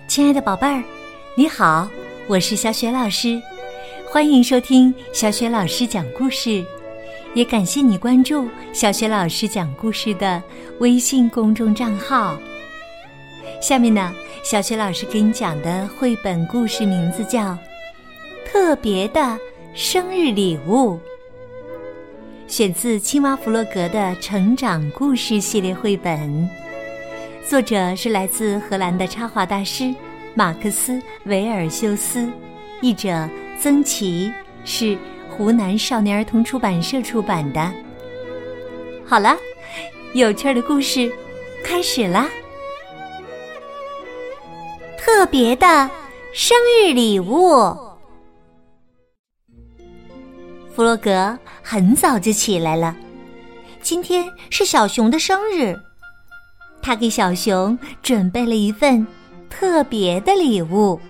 亲爱的宝贝儿，你好，我是小雪老师，欢迎收听小雪老师讲故事，也感谢你关注小雪老师讲故事的微信公众账号。下面呢，小雪老师给你讲的绘本故事名字叫《特别的生日礼物》，选自青蛙弗洛格的成长故事系列绘本，作者是来自荷兰的插画大师马克思·维尔修斯，译者曾琦，是湖南少年儿童出版社出版的。好了，有趣的故事开始啦！特别的生日礼物。弗洛格很早就起来了，今天是小熊的生日，他给小熊准备了一份特别的礼物。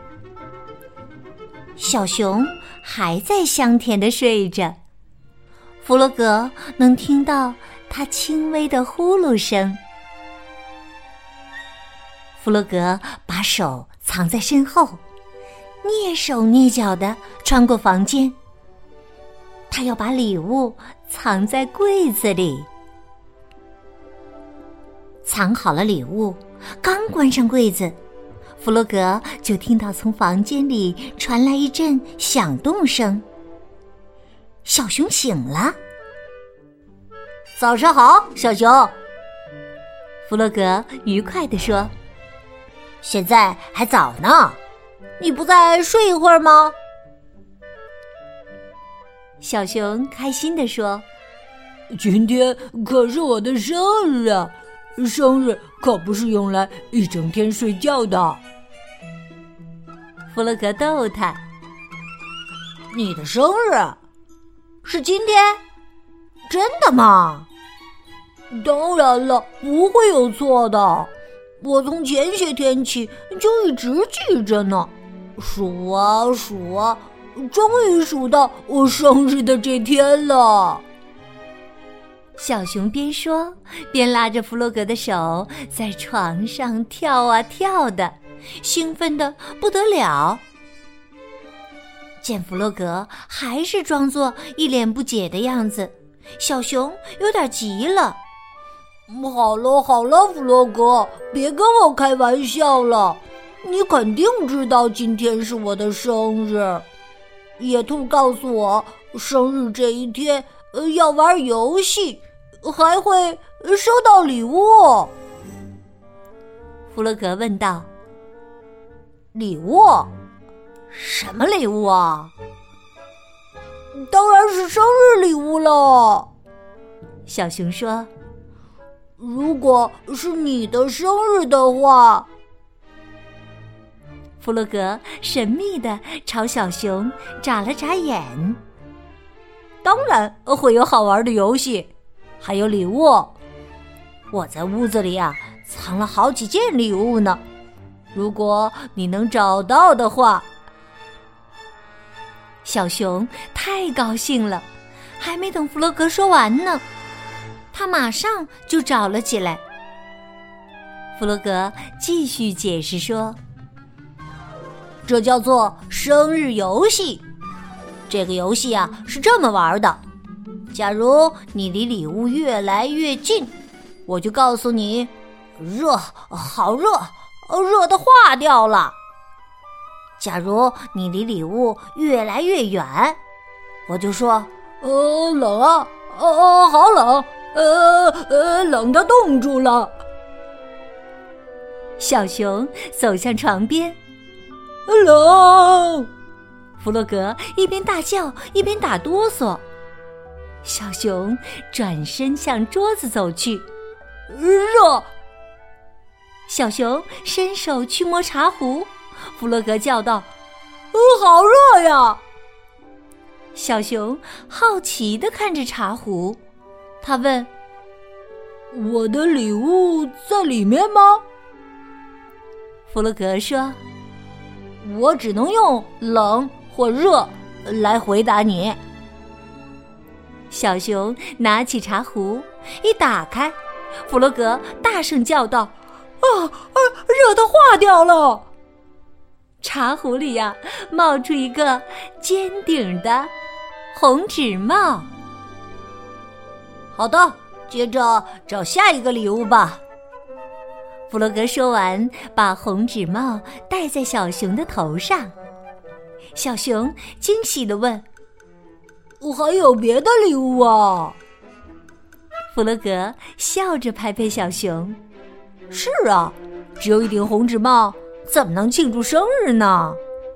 小熊还在香甜地睡着，弗洛格能听到他轻微的呼噜声。弗洛格把手藏在身后，蹑手蹑脚地穿过房间，他要把礼物藏在柜子里。藏好了礼物，刚关上柜子，弗洛格就听到从房间里传来一阵响动声。小熊醒了。早上好，小熊。弗洛格愉快地说，现在还早呢，你不再睡一会儿吗？小熊开心地说， 今天可是我的生日啊，生日可不是用来一整天睡觉的。 弗洛格逗他， 你的生日是今天？真的吗？ 当然了，不会有错的，我从前些天起就一直记着呢，数啊数啊，终于数到我生日的这天了。 小熊边说边拉着弗洛格的手在床上跳啊跳的，兴奋得不得了。见弗洛格还是装作一脸不解的样子，小熊有点急了。 好了好了，弗洛格，别跟我开玩笑了，你肯定知道今天是我的生日。野兔告诉我，生日这一天要玩游戏，还会收到礼物。 弗洛格问道， 礼物？什么礼物啊？ 当然是生日礼物了。 小熊说， 如果是你的生日的话。 弗洛格神秘地朝小熊眨了眨眼。 当然会有好玩的游戏，还有礼物。我在屋子里啊藏了好几件礼物呢，如果你能找到的话。 小熊太高兴了，还没等弗洛格说完呢，他马上就找了起来。弗洛格继续解释说， 这叫做生日游戏。这个游戏啊是这么玩的，假如你离礼物越来越近，我就告诉你，热，好热，热得化掉了。假如你离礼物越来越远，我就说， 冷啊，好冷，冷得冻住了。 小熊走向床边， 冷！ 弗洛格一边大叫一边打哆嗦。小熊转身向桌子走去， 热！ 小熊伸手去摸茶壶，弗洛格叫道， 好热呀！ 小熊好奇地看着茶壶，他问， 我的礼物在里面吗？ 弗洛格说， 我只能用冷或热来回答你。 小熊拿起茶壶，一打开，弗洛格大声叫道， 热得化掉了！ 茶壶里呀，冒出一个尖顶的红纸帽。 好的，接着找下一个礼物吧。 弗洛格说完，把红纸帽戴在小熊的头上。小熊惊喜地问：“ 我还有别的礼物啊？” 弗洛格笑着拍拍小熊：“ 是啊，只有一顶红纸帽，怎么能庆祝生日呢？”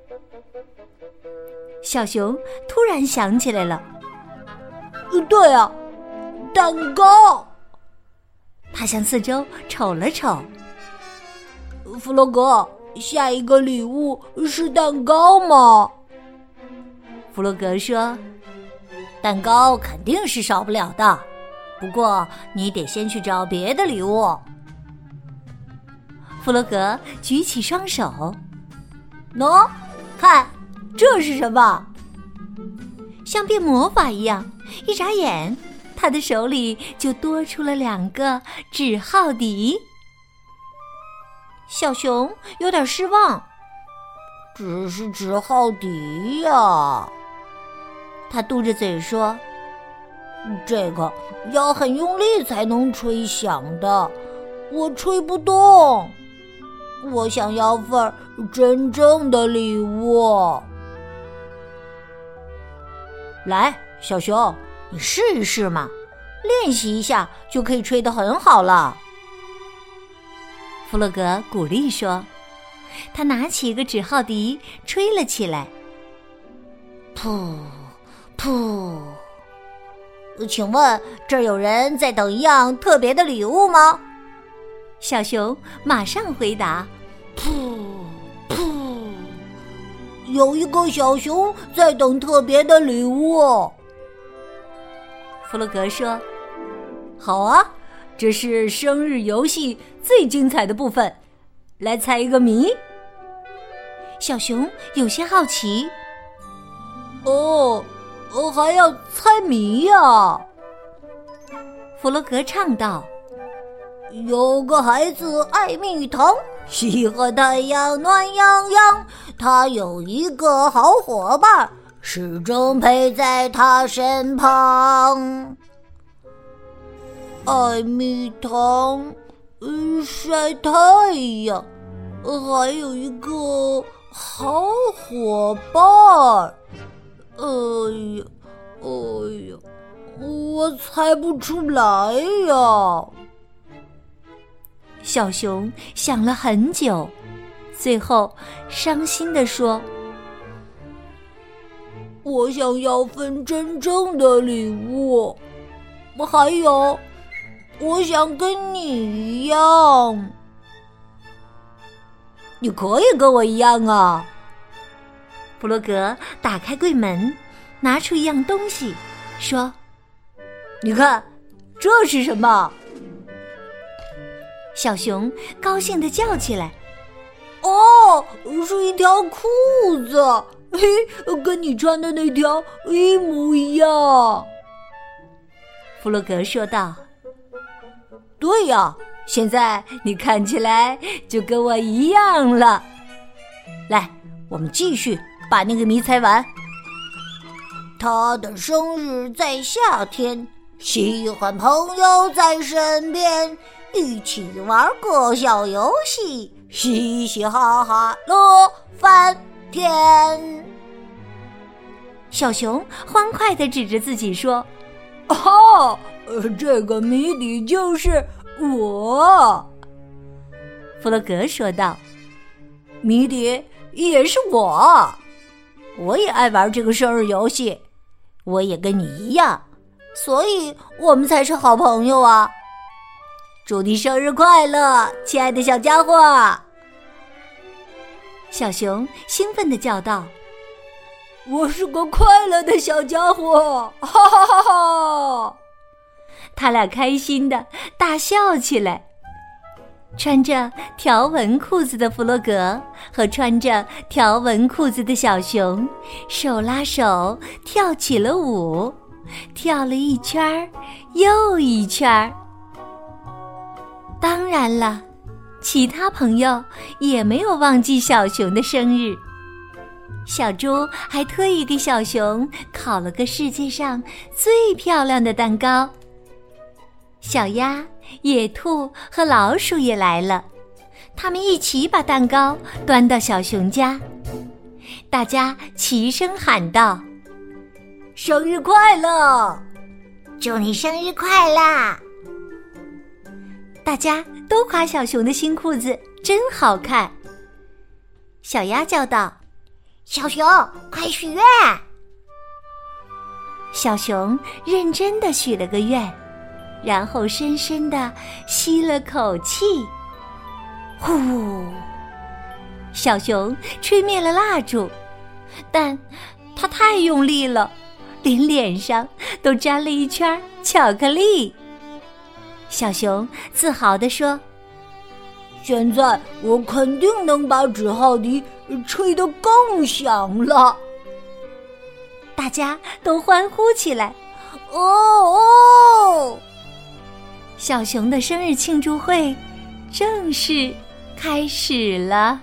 小熊突然想起来了：“ 对啊，蛋糕。” 他向四周瞅了瞅。 弗洛格，下一个礼物是蛋糕吗？ 弗洛格说：“ 蛋糕肯定是少不了的，不过你得先去找别的礼物。” 弗洛格举起双手， 喏，看，这是什么？ 像变魔法一样，一眨眼，他的手里就多出了2个纸号笛。小熊有点失望， 只是纸号笛呀。 他嘟着嘴说：“ 这个要很用力才能吹响的，我吹不动。我想要份真正的礼物。”来，小熊，你试一试嘛，练习一下就可以吹得很好了。 弗洛格鼓励说，他拿起一个纸号笛吹了起来。 噗噗，请问这儿有人在等一样特别的礼物吗？ 小熊马上回答： 噗噗，有一个小熊在等特别的礼物。 弗洛格说： 好啊，这是生日游戏最精彩的部分，来猜一个谜。 小熊有些好奇。 还要猜谜呀？ 弗洛格唱道： 有个孩子爱蜜糖，喜欢太阳暖洋洋，他有一个好伙伴，始终陪在他身旁。爱蜜糖，晒太阳，还有一个好伙伴。我猜不出来呀。 小熊想了很久，最后伤心地说： 我想要份真正的礼物，还有我想跟你一样。你可以跟我一样啊。 弗洛格打开柜门，拿出一样东西，说： 你看，这是什么？ 小熊高兴地叫起来： 是一条裤子，跟你穿的那条一模一样。 弗洛格说道： 对呀，现在你看起来就跟我一样了。来，我们继续把那个谜猜完。他的生日在夏天，喜欢朋友在身边，一起玩个小游戏，嘻嘻哈哈乐翻天。 小熊欢快地指着自己说： 这个谜底就是我。 弗洛格说道： 谜底也是我也爱玩这个生日游戏，我也跟你一样，所以我们才是好朋友啊！祝你生日快乐，亲爱的小家伙！ 小熊兴奋地叫道： 我是个快乐的小家伙！哈哈哈哈！ 他俩开心地大笑起来。穿着条纹裤子的弗洛格和穿着条纹裤子的小熊手拉手跳起了舞，跳了一圈又一圈。当然了， 其他朋友也没有忘记小熊的生日。小猪还特意给小熊烤了个世界上最漂亮的蛋糕。小鸭、野兔和老鼠也来了，他们一起把蛋糕端到小熊家。大家齐声喊道： 生日快乐！ 祝你生日快乐！ 大家都夸小熊的新裤子真好看。小鸭叫道： 小熊，快许愿！ 小熊认真地许了个愿，然后深深地吸了口气，呼！小熊吹灭了蜡烛，但它太用力了，连脸上都沾了一圈巧克力。小熊自豪地说： 现在我肯定能把纸号笛吹得更响了。 大家都欢呼起来。 哦哦！ 小熊的生日庆祝会正式开始了。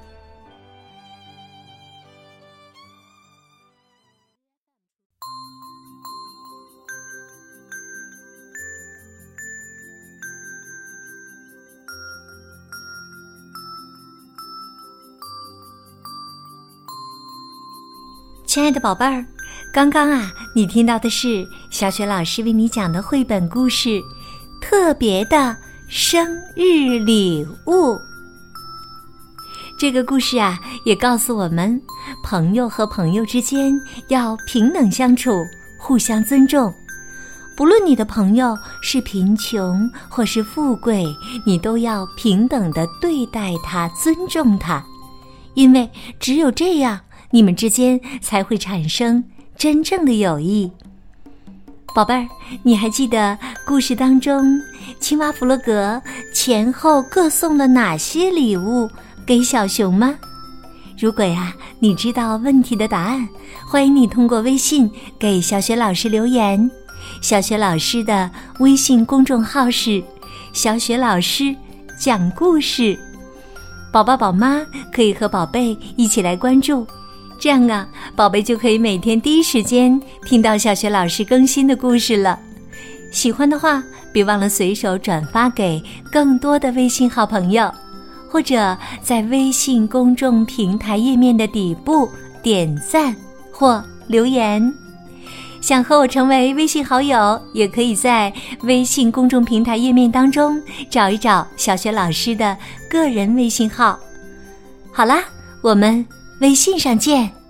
亲爱的宝贝儿，刚刚你听到的是小雪老师为你讲的绘本故事《特别的生日礼物》。这个故事也告诉我们，朋友和朋友之间要平等相处，互相尊重。不论你的朋友是贫穷或是富贵，你都要平等地对待他，尊重他，因为只有这样，你们之间才会产生真正的友谊。宝贝儿，你还记得故事当中青蛙弗洛格前后各送了哪些礼物给小熊吗？如果你知道问题的答案，欢迎你通过微信给小雪老师留言。小雪老师的微信公众号是小雪老师讲故事，宝宝宝妈可以和宝贝一起来关注，这样宝贝就可以每天第一时间听到小雪老师更新的故事了。喜欢的话，别忘了随手转发给更多的微信好朋友，或者在微信公众平台页面的底部点赞或留言。想和我成为微信好友，也可以在微信公众平台页面当中找一找小雪老师的个人微信号。好啦，我们微信上见。